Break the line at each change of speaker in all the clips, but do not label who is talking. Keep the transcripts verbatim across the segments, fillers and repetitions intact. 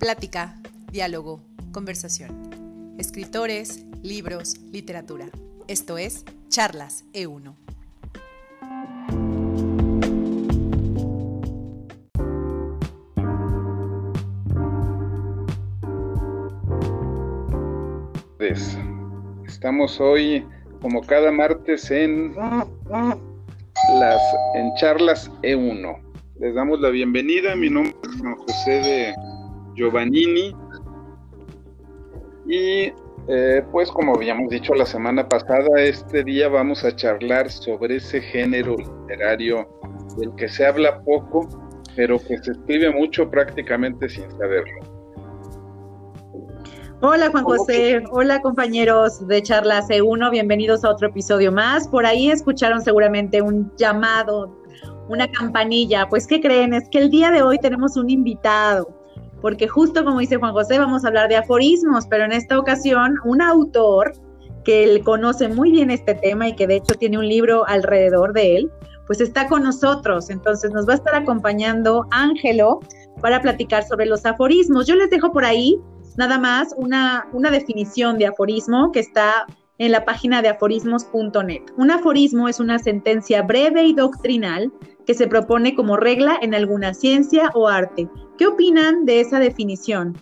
Plática, diálogo, conversación. Escritores, libros, literatura. Esto es Charlas E uno.
Estamos hoy, como cada martes, en las en Charlas E uno. Les damos la bienvenida. Mi nombre es Juan José de Giovannini y eh, pues como habíamos dicho la semana pasada, este día vamos a charlar sobre ese género literario del que se habla poco, pero que se escribe mucho prácticamente sin saberlo.
Hola Juan José, hola compañeros de Charlas E uno, bienvenidos a otro episodio más. Por ahí escucharon seguramente un llamado, una campanilla. Pues ¿qué creen? Es que el día de hoy tenemos un invitado, porque justo como dice Juan José, vamos a hablar de aforismos, pero en esta ocasión un autor que él conoce muy bien este tema y que de hecho tiene un libro alrededor de él, pues está con nosotros. Entonces nos va a estar acompañando Ángelo para platicar sobre los aforismos. Yo les dejo por ahí nada más una, una definición de aforismo que está en la página de aforismos punto net. Un aforismo es una sentencia breve y doctrinal que se propone como regla en alguna ciencia o arte. ¿Qué opinan de esa definición?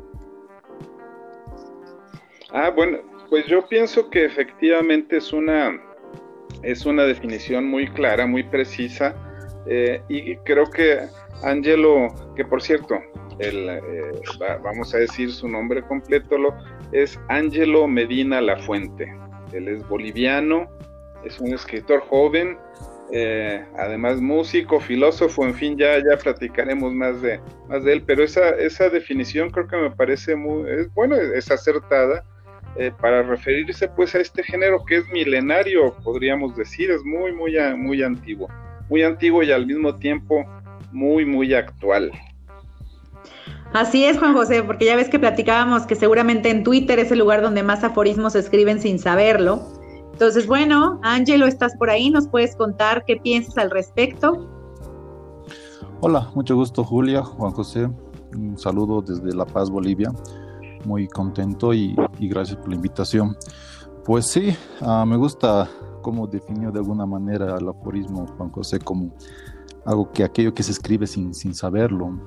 Ah, bueno, pues yo pienso que efectivamente es una, es una definición muy clara, muy precisa, eh, y creo que Ángelo, que por cierto, el, eh, va, vamos a decir su nombre completo, lo, es Ángelo Medina Lafuente. Él es boliviano, es un escritor joven, eh, además músico, filósofo, en fin, ya, ya platicaremos más de, más de él, pero esa, esa definición creo que me parece muy, es, bueno, es acertada, eh, para referirse pues a este género que es milenario, podríamos decir, es muy, muy, muy antiguo, muy antiguo y al mismo tiempo muy, muy actual.
Así es, Juan José, porque ya ves que platicábamos que seguramente en Twitter es el lugar donde más aforismos se escriben sin saberlo. Entonces, bueno, Ángelo, ¿estás por ahí? ¿Nos puedes contar qué piensas al respecto?
Hola, mucho gusto, Julia, Juan José. Un saludo desde La Paz, Bolivia. Muy contento y, y gracias por la invitación. Pues sí, uh, me gusta cómo definió de alguna manera el aforismo, Juan José, como algo que aquello que se escribe sin, sin saberlo.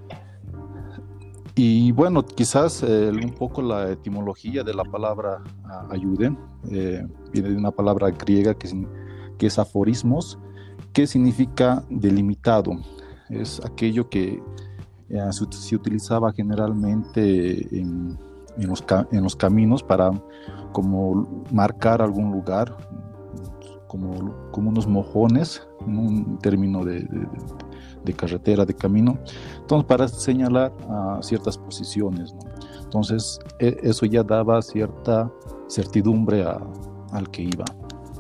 Y bueno, quizás eh, un poco la etimología de la palabra uh, ayude, eh, viene de una palabra griega que, que es aforismos, que significa delimitado. Es aquello que eh, se, se utilizaba generalmente en, en, los, en los caminos para como marcar algún lugar, como, como unos mojones, un término de... de de carretera, de camino, entonces para señalar uh, ciertas posiciones, ¿no? Entonces e- eso ya daba cierta certidumbre a, al que iba.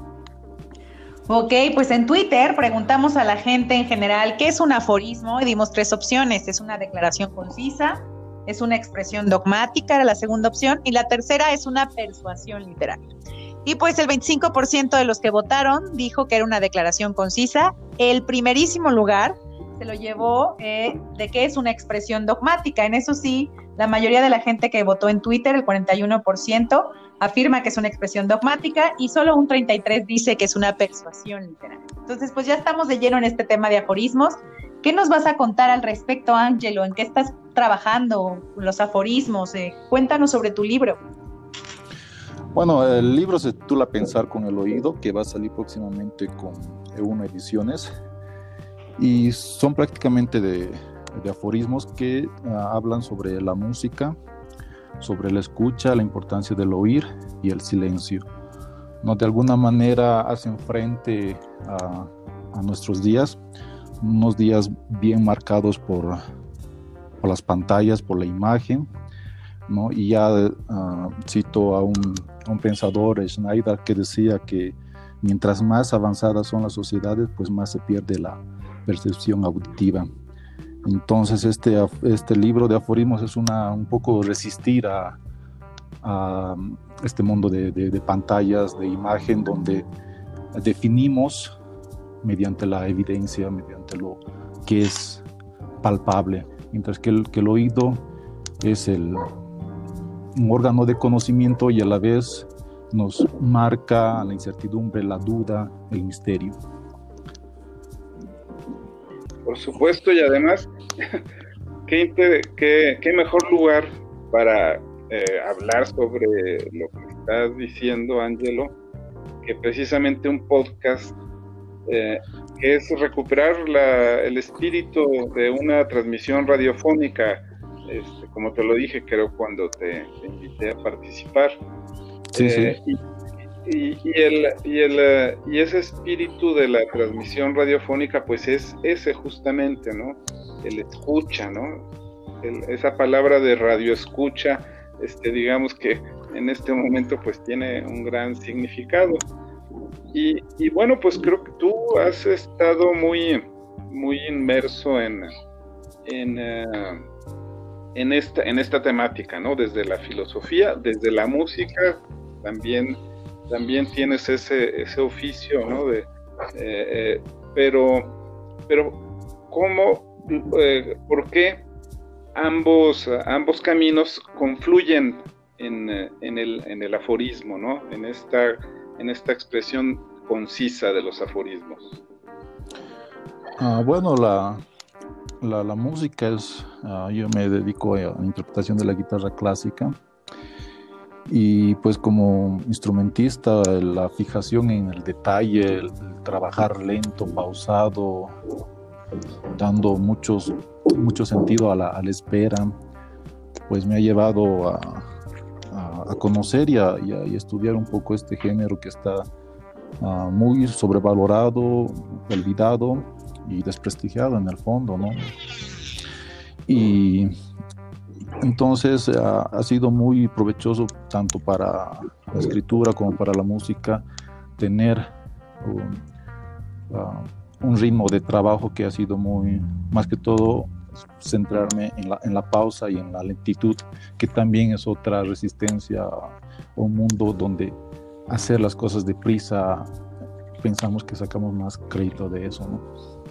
Ok, pues en Twitter preguntamos a la gente en general qué es un aforismo y dimos tres opciones. Es una declaración concisa, es una expresión dogmática, era la segunda opción, y la tercera es una persuasión literaria. Y pues el veinticinco por ciento de los que votaron dijo que era una declaración concisa. El primerísimo lugar se lo llevó eh, de que es una expresión dogmática. En eso sí, la mayoría de la gente que votó en Twitter, el cuarenta y uno por ciento, afirma que es una expresión dogmática y solo un treinta y tres por ciento dice que es una persuasión literaria. Entonces, pues ya estamos de lleno en este tema de aforismos. ¿Qué nos vas a contar al respecto, Ángelo? ¿En qué estás trabajando los aforismos? Eh, cuéntanos sobre tu libro.
Bueno, el libro se titula Pensar con el oído, que va a salir próximamente con E uno Ediciones. Y son prácticamente de, de aforismos que uh, hablan sobre la música, sobre la escucha, la importancia del oír y el silencio, ¿no? De alguna manera hacen frente a, a nuestros días, unos días bien marcados por, por las pantallas, por la imagen, ¿no? Y ya uh, cito a un, a un pensador, Schneider, que decía que mientras más avanzadas son las sociedades, pues más se pierde la percepción auditiva. Entonces este, este libro de aforismos es una, un poco resistir a, a este mundo de, de, de pantallas, de imagen, donde definimos mediante la evidencia, mediante lo que es palpable, mientras que el, que el oído es el, un órgano de conocimiento y a la vez nos marca la incertidumbre, la duda, el misterio.
Por supuesto, y además, qué, inter- qué, qué mejor lugar para eh, hablar sobre lo que estás diciendo, Ángelo, que precisamente un podcast eh, que es recuperar la, el espíritu de una transmisión radiofónica, este, como te lo dije, creo, cuando te, te invité a participar.
Sí,
eh,
sí.
Y, y, y, el, y, el, y ese espíritu de la transmisión radiofónica, pues es ese justamente, ¿no? El escucha, ¿no? El, esa palabra de radio escucha, este, digamos que en este momento pues tiene un gran significado. Y, y bueno, pues creo que tú has estado muy, muy inmerso en, en, uh, en, esta, en esta temática, ¿no? Desde la filosofía, desde la música, también, también tienes ese, ese oficio, ¿no? De, eh, eh, pero, pero, ¿cómo, eh, por qué ambos, ambos caminos confluyen en, en, el, en el aforismo, ¿no? En esta, en esta expresión concisa de los aforismos?
Ah, bueno, la, la, la música es, uh, yo me dedico a la interpretación de la guitarra clásica. Y pues como instrumentista, la fijación en el detalle, el, el trabajar lento, pausado, dando muchos, mucho sentido a la, a la espera, pues me ha llevado a, a, a conocer y a, y a y estudiar un poco este género que está uh, muy sobrevalorado, olvidado y desprestigiado en el fondo, ¿no? Y entonces uh, ha sido muy provechoso tanto para la escritura como para la música tener un, uh, un ritmo de trabajo que ha sido muy, más que todo, centrarme en la, en la pausa y en la lentitud, que también es otra resistencia a un mundo donde hacer las cosas deprisa pensamos que sacamos más crédito de eso, ¿no?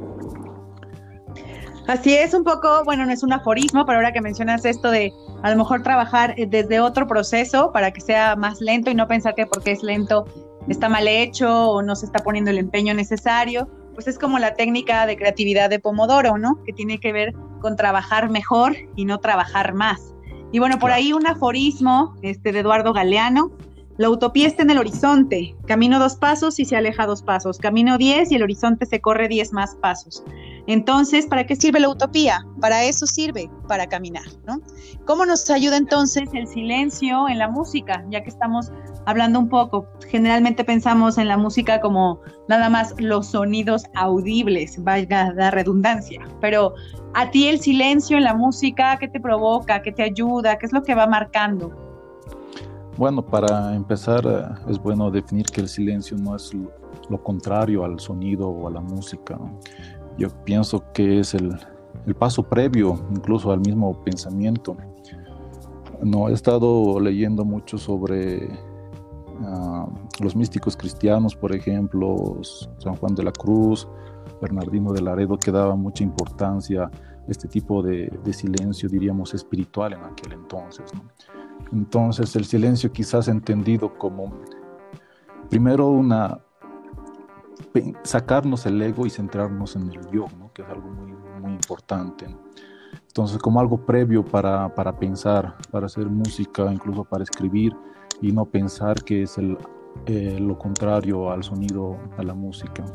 Así es, un poco, bueno, no es un aforismo, pero ahora que mencionas esto de a lo mejor trabajar desde otro proceso para que sea más lento y no pensar que porque es lento está mal hecho o no se está poniendo el empeño necesario, pues es como la técnica de creatividad de Pomodoro, ¿no? Que tiene que ver con trabajar mejor y no trabajar más. Y bueno, por ahí un aforismo este, de Eduardo Galeano: la utopía está en el horizonte, camino dos pasos y se aleja dos pasos, camino diez y el horizonte se corre diez más pasos. Entonces, ¿para qué sirve la utopía? Para eso sirve, para caminar, ¿no? ¿Cómo nos ayuda entonces el silencio en la música? Ya que estamos hablando un poco, generalmente pensamos en la música como nada más los sonidos audibles, valga la redundancia, pero a ti el silencio en la música, ¿qué te provoca? ¿Qué te ayuda? ¿Qué es lo que va marcando?
Bueno, para empezar, eh, es bueno definir que el silencio no es lo, lo contrario al sonido o a la música, ¿no? Yo pienso que es el, el paso previo incluso al mismo pensamiento. No, he estado leyendo mucho sobre uh, los místicos cristianos, por ejemplo, San Juan de la Cruz, Bernardino de Laredo, que daba mucha importancia a este tipo de, de silencio, diríamos, espiritual en aquel entonces, ¿no? Entonces el silencio quizás entendido como primero una sacarnos el ego y centrarnos en el yo, ¿no? Que es algo muy, muy importante. Entonces como algo previo para, para pensar, para hacer música, incluso para escribir, y no pensar que es el, eh, lo contrario al sonido, a la música.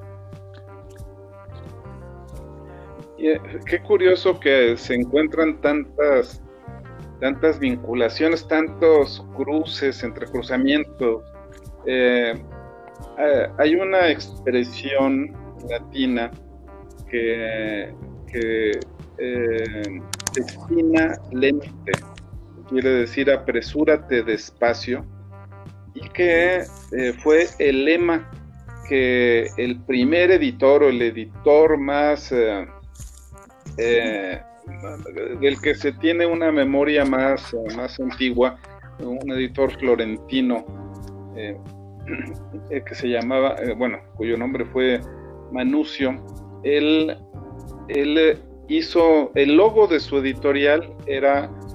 Y, eh, qué curioso que se encuentran tantas tantas vinculaciones, tantos cruces, entrecruzamientos. Eh, eh, hay una expresión latina que, que eh, destina lente, quiere decir apresúrate despacio, y que eh, fue el lema que el primer editor o el editor más eh, eh, del que se tiene una memoria más, más antigua, un editor florentino eh, que se llamaba, eh, bueno, cuyo nombre fue Manucio. Él, él hizo, el logo de su editorial era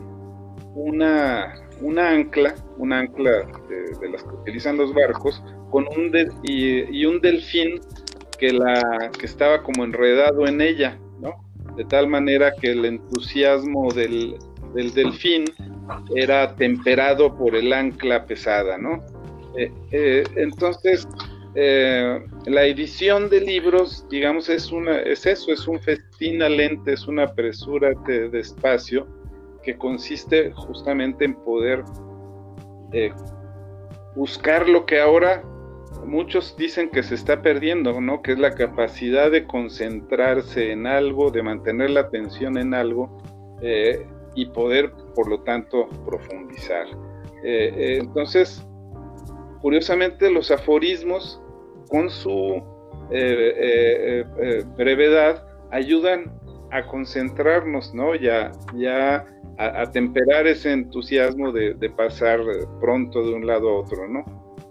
una, una ancla, una ancla de, de las que utilizan los barcos, con un de, y, y un delfín que, la, que estaba como enredado en ella, ¿no? De tal manera que el entusiasmo del, del delfín era temperado por el ancla pesada, ¿no? Eh, eh, entonces, eh, la edición de libros, digamos, es, una, es eso, es un festín a lente, es una apresúrate despacio, que consiste justamente en poder eh, buscar lo que ahora muchos dicen que se está perdiendo, ¿no? Que es la capacidad de concentrarse en algo, de mantener la atención en algo eh, y poder, por lo tanto, profundizar. Eh, eh, entonces, curiosamente, los aforismos, con su eh, eh, eh, brevedad, ayudan a concentrarnos, ¿no? Ya, ya a, a temperar ese entusiasmo de, de pasar pronto de un lado a otro, ¿no?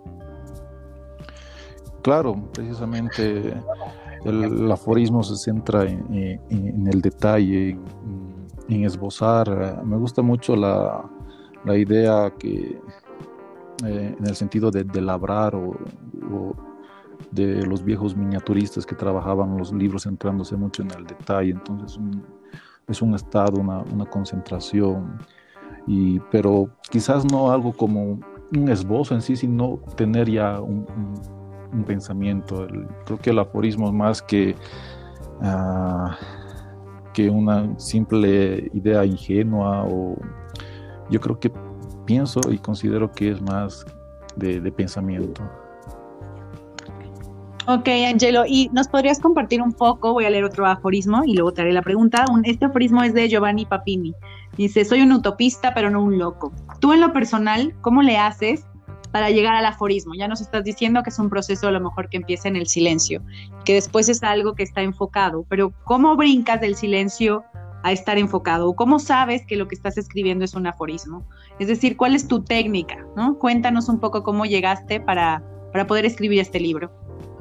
Claro, precisamente el, el aforismo se centra en, en, en el detalle, en, en esbozar. Me gusta mucho la, la idea que, eh, en el sentido de, de labrar o, o de los viejos miniaturistas que trabajaban los libros centrándose mucho en el detalle. Entonces un, es un estado, una, una concentración, y, pero quizás no algo como un esbozo en sí, sino tener ya un, un un pensamiento. El, creo que el aforismo es más que, uh, que una simple idea ingenua, o yo creo que pienso y considero que es más de, de pensamiento.
Ok, Angelo, ¿y nos podrías compartir un poco? Voy a leer otro aforismo y luego te haré la pregunta. Un, este aforismo es de Giovanni Papini. Dice: soy un utopista, pero no un loco. Tú, en lo personal, ¿cómo le haces para llegar al aforismo? Ya nos estás diciendo que es un proceso a lo mejor que empieza en el silencio, que después es algo que está enfocado, pero ¿cómo brincas del silencio a estar enfocado? ¿Cómo sabes que lo que estás escribiendo es un aforismo? Es decir, ¿cuál es tu técnica, ¿no? Cuéntanos un poco cómo llegaste para, para poder escribir este libro.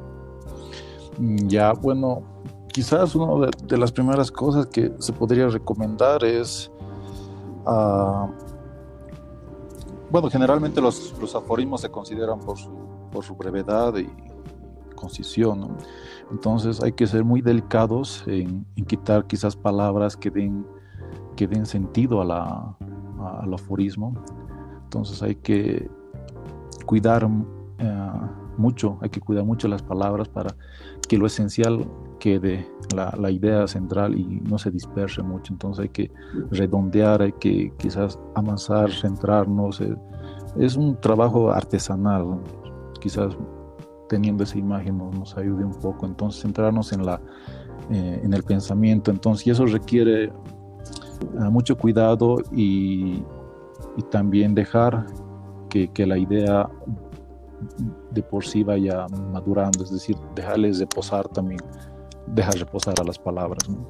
Ya, bueno, quizás una de, de las primeras cosas que se podría recomendar es... Uh, Bueno, generalmente los, los aforismos se consideran por su, por su brevedad y concisión, ¿no? Entonces hay que ser muy delicados en, en quitar quizás palabras que den, que den sentido a la, a, al aforismo. Entonces hay que cuidar uh, mucho, hay que cuidar mucho las palabras para que lo esencial quede, la, la idea central, y no se disperse mucho. Entonces hay que redondear, hay que quizás avanzar, centrarnos. Es un trabajo artesanal, ¿no? Quizás teniendo esa imagen nos, nos ayude un poco. Entonces centrarnos en, la, eh, en el pensamiento. Entonces, y eso requiere uh, mucho cuidado, y, y también dejar que, que la idea de por sí vaya madurando, es decir, dejarles reposar también, dejar reposar a las palabras, ¿no?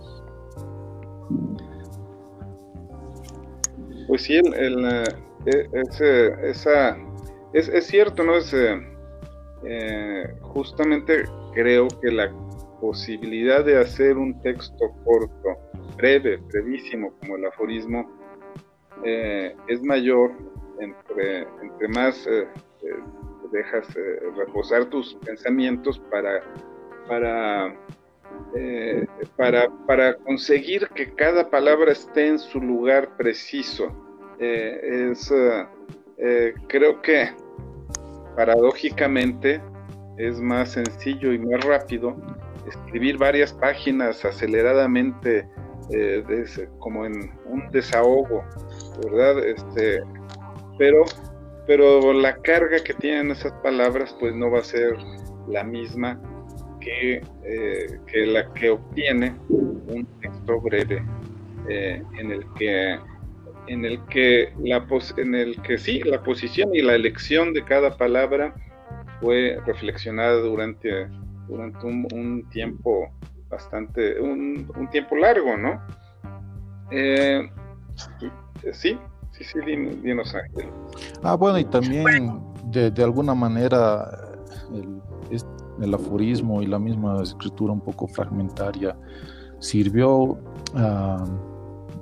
Pues sí, el, el, es, esa, es, es cierto, ¿no? Es, eh, justamente creo que la posibilidad de hacer un texto corto, breve, brevísimo, como el aforismo, eh, es mayor entre, entre más eh, eh, dejas eh, reposar tus pensamientos para, para, eh, para, para conseguir que cada palabra esté en su lugar preciso. Eh, es, eh, eh, creo que paradójicamente es más sencillo y más rápido escribir varias páginas aceleradamente, eh, de, como en un desahogo, ¿verdad? Este, pero pero la carga que tienen esas palabras pues no va a ser la misma que, eh, que la que obtiene un texto breve, eh, en el que en el que la pos- en el que sí, la posición y la elección de cada palabra fue reflexionada durante durante un, un tiempo bastante un, un tiempo largo, ¿no? Eh, sí. Sí, sí, dinos, Ángel.
Ah, bueno, y también de, de alguna manera el, el aforismo y la misma escritura un poco fragmentaria sirvió uh,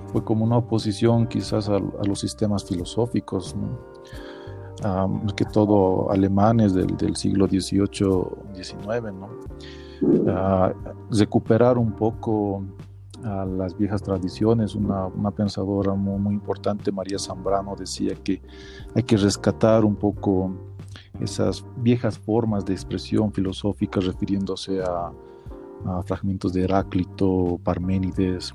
fue como una oposición quizás a, a los sistemas filosóficos, ¿no? Um, más que todo alemanes del, del siglo dieciocho diecinueve, ¿no? Uh, recuperar un poco a las viejas tradiciones. Una, una pensadora muy, muy importante, María Zambrano, decía que hay que rescatar un poco esas viejas formas de expresión filosófica, refiriéndose a, a fragmentos de Heráclito, Parménides.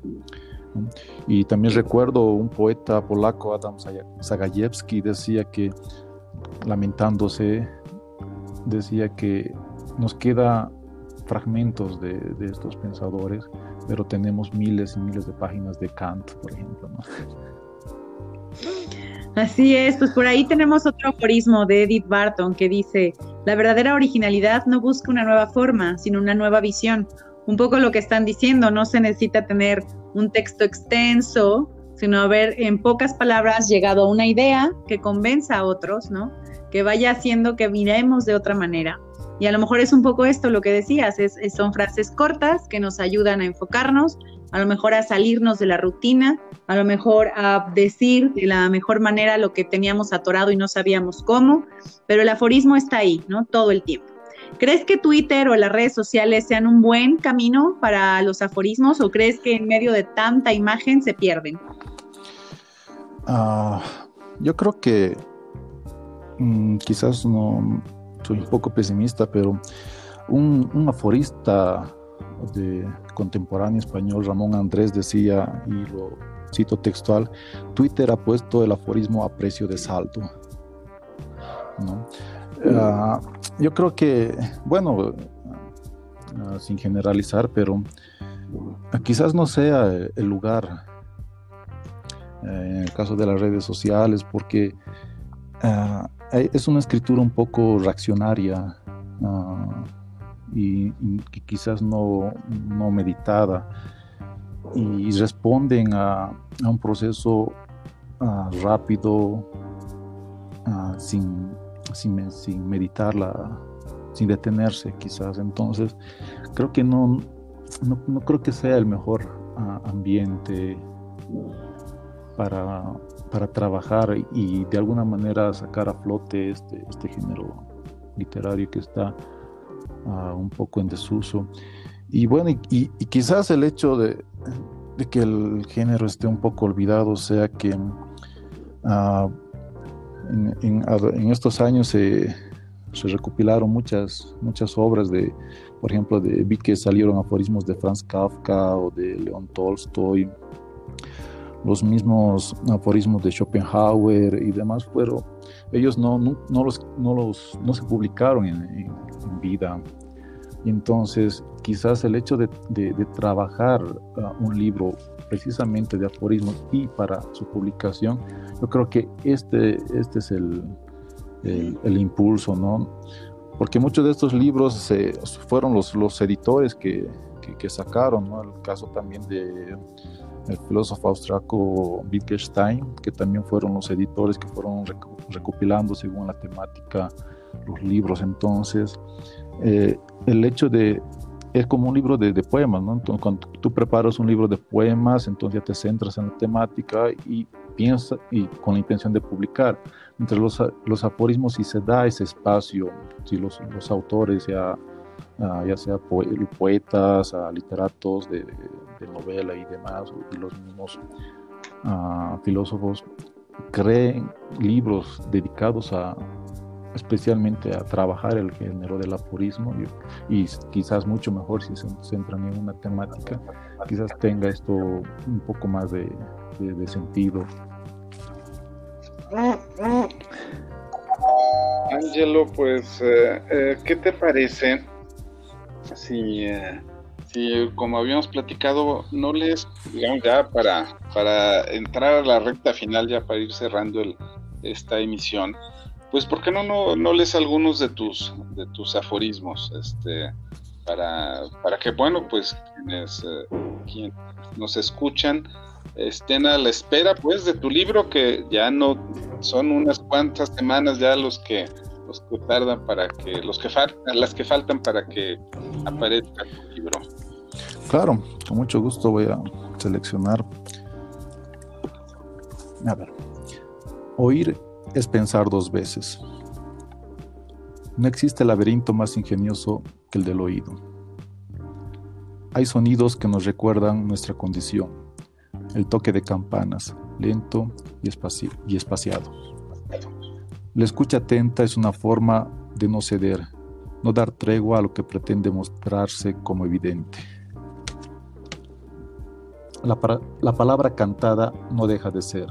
Y también recuerdo un poeta polaco, Adam Zagajewski, decía que, lamentándose, decía que nos queda fragmentos de, de estos pensadores, pero tenemos miles y miles de páginas de Kant, por ejemplo, ¿no?
Así es, pues por ahí tenemos otro aforismo de Edith Barton que dice: la verdadera originalidad no busca una nueva forma, sino una nueva visión. Un poco lo que están diciendo, no se necesita tener un texto extenso, sino haber en pocas palabras llegado a una idea que convenza a otros, ¿no? Que vaya haciendo que miremos de otra manera. Y a lo mejor es un poco esto lo que decías, es, es, son frases cortas que nos ayudan a enfocarnos, a lo mejor a salirnos de la rutina, a lo mejor a decir de la mejor manera lo que teníamos atorado y no sabíamos cómo, pero el aforismo está ahí, ¿no? Todo el tiempo. ¿Crees que Twitter o las redes sociales sean un buen camino para los aforismos o crees que en medio de tanta imagen se pierden?
Uh, yo creo que mm, quizás no soy un poco pesimista, pero un, un aforista de contemporáneo español, Ramón Andrés, decía, y lo cito textual: Twitter ha puesto el aforismo a precio de saldo, ¿no? Uh, yo creo que, bueno, uh, sin generalizar, pero uh, quizás no sea el lugar uh, en el caso de las redes sociales, porque uh, es una escritura un poco reaccionaria uh, y, y quizás no, no meditada, y responden a, a un proceso uh, rápido, uh, sin Sin, sin meditarla, sin detenerse quizás. Entonces creo que no, no, no creo que sea el mejor uh, ambiente para, para trabajar y de alguna manera sacar a flote este, este género literario que está uh, un poco en desuso. Y bueno, y, y, y quizás el hecho de, de que el género esté un poco olvidado sea que uh, En, en, en estos años se, se recopilaron muchas, muchas obras de, por ejemplo, de, vi que salieron aforismos de Franz Kafka o de León Tolstoy, los mismos aforismos de Schopenhauer y demás, pero ellos no, no, no, los, no, los, no se publicaron en, en, en vida. Y entonces quizás el hecho de, de, de trabajar uh, un libro precisamente de aforismos y para su publicación, yo creo que este, este es el, el, el impulso, ¿no? Porque muchos de estos libros se, fueron los, los editores que, que, que sacaron, ¿no? El caso también de el filósofo austriaco Wittgenstein, que también fueron los editores que fueron recopilando según la temática los libros. Entonces, eh, el hecho de es como un libro de, de poemas, ¿no? Entonces, cuando tú preparas un libro de poemas, entonces ya te centras en la temática y piensas, y con la intención de publicar. Entre los, los aforismos, si se da ese espacio, si los, los autores, ya, uh, ya sea po poetas, uh, literatos de, de novela y demás, y los mismos uh, filósofos, creen libros dedicados a especialmente a trabajar el género del aforismo, y, y quizás mucho mejor si se centran en una temática, quizás tenga esto un poco más de, de, de sentido.
Ángelo, pues, eh, eh, ¿qué te parece si, eh, si, como habíamos platicado, no lees, digamos, ya para, para entrar a la recta final, ya para ir cerrando el, esta emisión? Pues, ¿por qué no, no, no lees algunos de tus, de tus aforismos? Este, para, para que, bueno, pues, quienes, eh, quienes nos escuchan estén a la espera, pues, de tu libro, que ya no son unas cuantas semanas ya los que, los que tardan para que, los que faltan, las que faltan para que aparezca tu libro.
Claro, con mucho gusto voy a seleccionar A ver, oír es pensar dos veces. No existe laberinto más ingenioso que el del oído. Hay sonidos que nos recuerdan nuestra condición. El toque de campanas, lento y, espaci- y espaciado. La escucha atenta es una forma de no ceder, no dar tregua a lo que pretende mostrarse como evidente. La, para- la palabra cantada no deja de ser.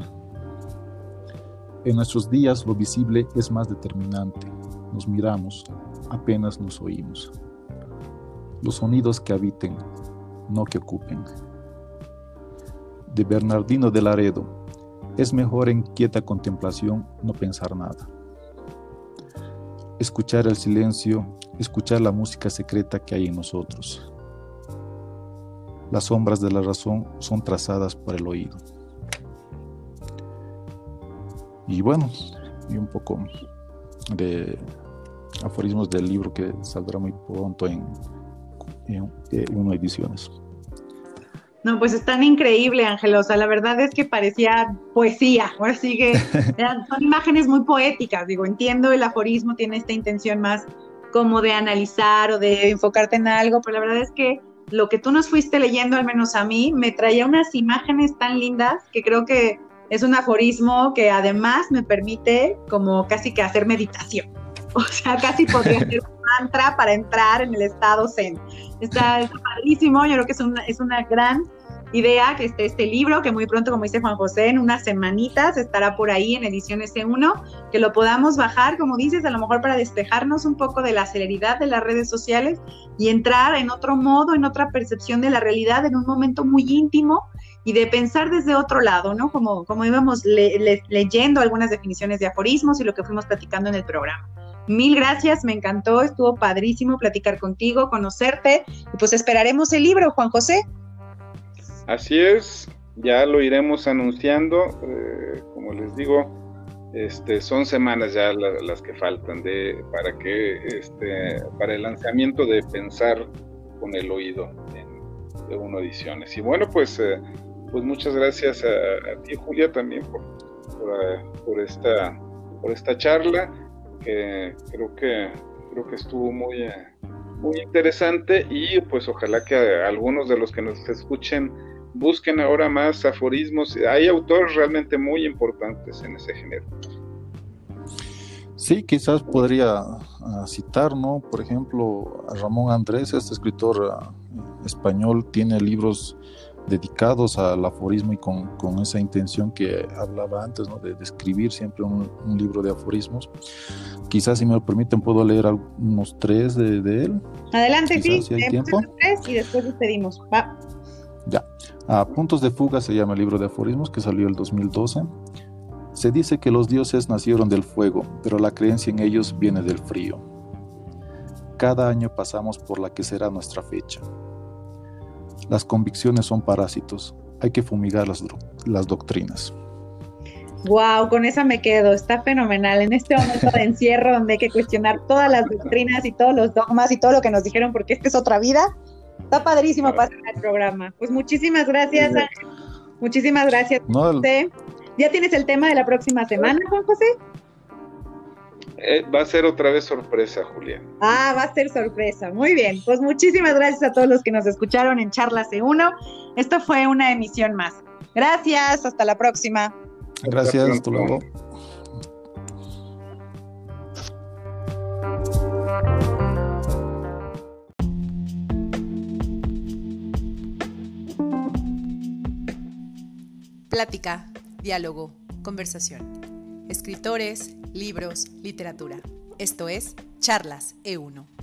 En nuestros días lo visible es más determinante. Nos miramos, apenas nos oímos. Los sonidos que habiten, no que ocupen. De Bernardino de Laredo, es mejor en quieta contemplación no pensar nada. Escuchar el silencio, escuchar la música secreta que hay en nosotros. Las sombras de la razón son trazadas por el oído. Y bueno, y un poco de aforismos del libro que saldrá muy pronto en, en, en una ediciones.
No, pues están increíble, Ángel. O sea, la verdad es que parecía poesía. Ahora sí que eran, son imágenes muy poéticas. Digo, entiendo el aforismo tiene esta intención más como de analizar o de enfocarte en algo, pero la verdad es que lo que tú nos fuiste leyendo, al menos a mí, me traía unas imágenes tan lindas que creo que es un aforismo que además me permite como casi que hacer meditación. O sea, casi podría ser un mantra para entrar en el estado zen. Está, está padrísimo, yo creo que es una, es una gran idea que esté este libro, que muy pronto, como dice Juan José, en unas semanitas estará por ahí en ediciones E uno, que lo podamos bajar, como dices, a lo mejor para despejarnos un poco de la celeridad de las redes sociales y entrar en otro modo, en otra percepción de la realidad, en un momento muy íntimo y de pensar desde otro lado, ¿no? Como, como íbamos le, le, leyendo algunas definiciones de aforismos y lo que fuimos platicando en el programa. Mil gracias, me encantó, estuvo padrísimo platicar contigo, conocerte, y pues esperaremos el libro, Juan José.
Así es, ya lo iremos anunciando, eh, como les digo, este, son semanas ya la, las que faltan de, para que este, para el lanzamiento de Pensar con el Oído en E uno Ediciones. Y bueno, pues, eh, pues muchas gracias a, a ti, Julia, también por, por, por, esta, por esta charla, que creo que creo que estuvo muy, muy interesante, y pues ojalá que algunos de los que nos escuchen busquen ahora más aforismos. Hay autores realmente muy importantes en ese género.
Sí, quizás podría uh, citar, ¿no? Por ejemplo, a Ramón Andrés, este escritor uh, español, tiene libros dedicados al aforismo y con, con esa intención que hablaba antes, ¿no? De, de escribir siempre un, un libro de aforismos. Quizás, si me lo permiten, puedo leer algunos tres de, de él.
Adelante,
quizás,
sí,
si hay tiempo.
Tres y después despedimos. Va.
Ya. A Puntos de Fuga se llama el libro de aforismos, que salió el dos mil doce. Se dice que los dioses nacieron del fuego, pero la creencia en ellos viene del frío. Cada año pasamos por la que será nuestra fecha. Las convicciones son parásitos, hay que fumigar las, las doctrinas.
Wow, con esa me quedo, está fenomenal. En este momento de encierro donde hay que cuestionar todas las doctrinas y todos los dogmas y todo lo que nos dijeron, porque esta es otra vida, está padrísimo pasar el programa. Pues muchísimas gracias, Ángel. Muchísimas gracias,
no, el...
José. ¿Ya tienes el tema de la próxima semana, Juan José?
Eh, va a ser otra vez sorpresa, Julián.
Ah, va a ser sorpresa. Muy bien. Pues muchísimas gracias a todos los que nos escucharon en Charlas E uno. Esto fue una emisión más. Gracias. Hasta la próxima.
Gracias. Hasta luego.
Plática, diálogo, conversación. Escritores, libros, literatura. Esto es Charlas E uno.